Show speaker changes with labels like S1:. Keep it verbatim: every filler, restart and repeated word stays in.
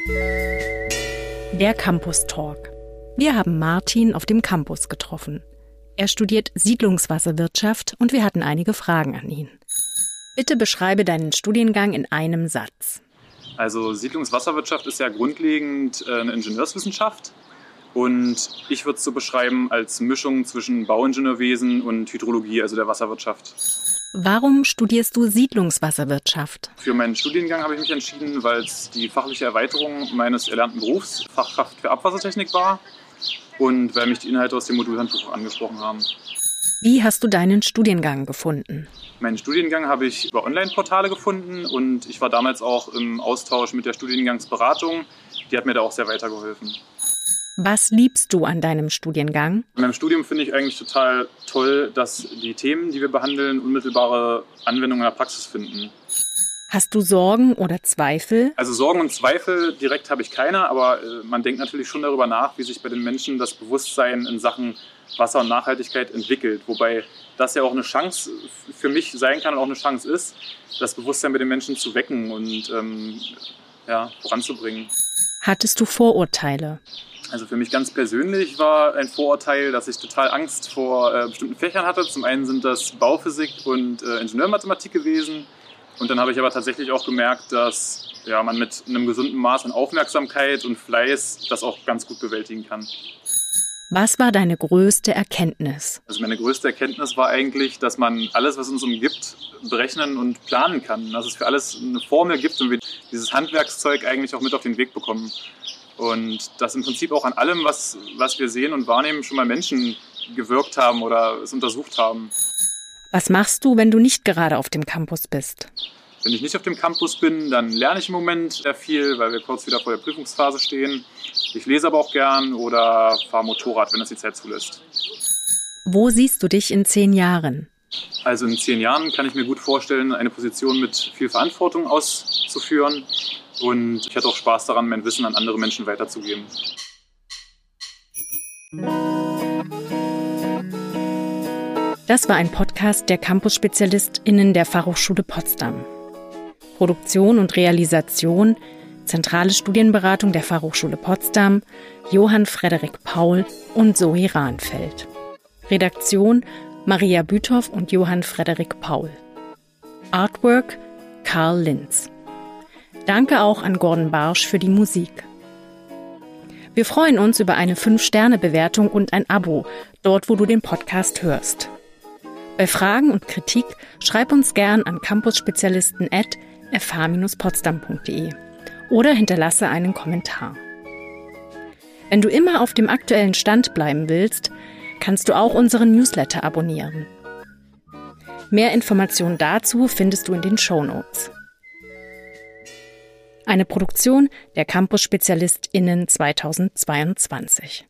S1: Der Campus Talk. Wir haben Martin auf dem Campus getroffen. Er studiert Siedlungswasserwirtschaft und wir hatten einige Fragen an ihn. Bitte beschreibe deinen Studiengang in einem Satz.
S2: Also Siedlungswasserwirtschaft ist ja grundlegend eine Ingenieurswissenschaft und ich würde es so beschreiben als Mischung zwischen Bauingenieurwesen und Hydrologie, also der Wasserwirtschaft.
S1: Warum studierst du Siedlungswasserwirtschaft?
S2: Für meinen Studiengang habe ich mich entschieden, weil es die fachliche Erweiterung meines erlernten Berufs, Fachkraft für Abwassertechnik war und weil mich die Inhalte aus dem Modulhandbuch angesprochen haben.
S1: Wie hast du deinen Studiengang gefunden?
S2: Meinen Studiengang habe ich über Online-Portale gefunden und ich war damals auch im Austausch mit der Studiengangsberatung. Die hat mir da auch sehr weitergeholfen.
S1: Was liebst du an deinem Studiengang?
S2: In meinem Studium finde ich eigentlich total toll, dass die Themen, die wir behandeln, unmittelbare Anwendungen in der Praxis finden.
S1: Hast du Sorgen oder Zweifel?
S2: Also Sorgen und Zweifel direkt habe ich keine, aber man denkt natürlich schon darüber nach, wie sich bei den Menschen das Bewusstsein in Sachen Wasser und Nachhaltigkeit entwickelt. Wobei das ja auch eine Chance für mich sein kann und auch eine Chance ist, das Bewusstsein bei den Menschen zu wecken und ähm, ja, voranzubringen.
S1: Hattest du Vorurteile?
S2: Also für mich ganz persönlich war ein Vorurteil, dass ich total Angst vor äh, bestimmten Fächern hatte. Zum einen sind das Bauphysik und äh, Ingenieurmathematik gewesen. Und dann habe ich aber tatsächlich auch gemerkt, dass ja, man mit einem gesunden Maß an Aufmerksamkeit und Fleiß das auch ganz gut bewältigen kann.
S1: Was war deine größte Erkenntnis?
S2: Also meine größte Erkenntnis war eigentlich, dass man alles, was uns umgibt, berechnen und planen kann. Dass es für alles eine Formel gibt und wir dieses Handwerkszeug eigentlich auch mit auf den Weg bekommen. Und dass im Prinzip auch an allem, was, was wir sehen und wahrnehmen, schon mal Menschen gewirkt haben oder es untersucht haben.
S1: Was machst du, wenn du nicht gerade auf dem Campus bist?
S2: Wenn ich nicht auf dem Campus bin, dann lerne ich im Moment sehr viel, weil wir kurz wieder vor der Prüfungsphase stehen. Ich lese aber auch gern oder fahre Motorrad, wenn es die Zeit zulässt.
S1: Wo siehst du dich in zehn Jahren?
S2: Also in zehn Jahren kann ich mir gut vorstellen, eine Position mit viel Verantwortung auszuführen. Und ich hatte auch Spaß daran, mein Wissen an andere Menschen weiterzugeben.
S1: Das war ein Podcast der Campus-SpezialistInnen der Fachhochschule Potsdam. Produktion und Realisation, zentrale Studienberatung der Fachhochschule Potsdam, Johann Frederik Paul und Zoe Rahnfeld. Redaktion Maria Büthoff und Johann Frederik Paul. Artwork Karl Linz. Danke auch an Gordon Barsch für die Musik. Wir freuen uns über eine fünf Sterne Bewertung und ein Abo, dort wo du den Podcast hörst. Bei Fragen und Kritik schreib uns gern an campusspezialisten at f h dash potsdam punkt d e oder hinterlasse einen Kommentar. Wenn du immer auf dem aktuellen Stand bleiben willst, kannst du auch unseren Newsletter abonnieren. Mehr Informationen dazu findest du in den Shownotes. Eine Produktion der Campus-SpezialistInnen zweitausendzweiundzwanzig.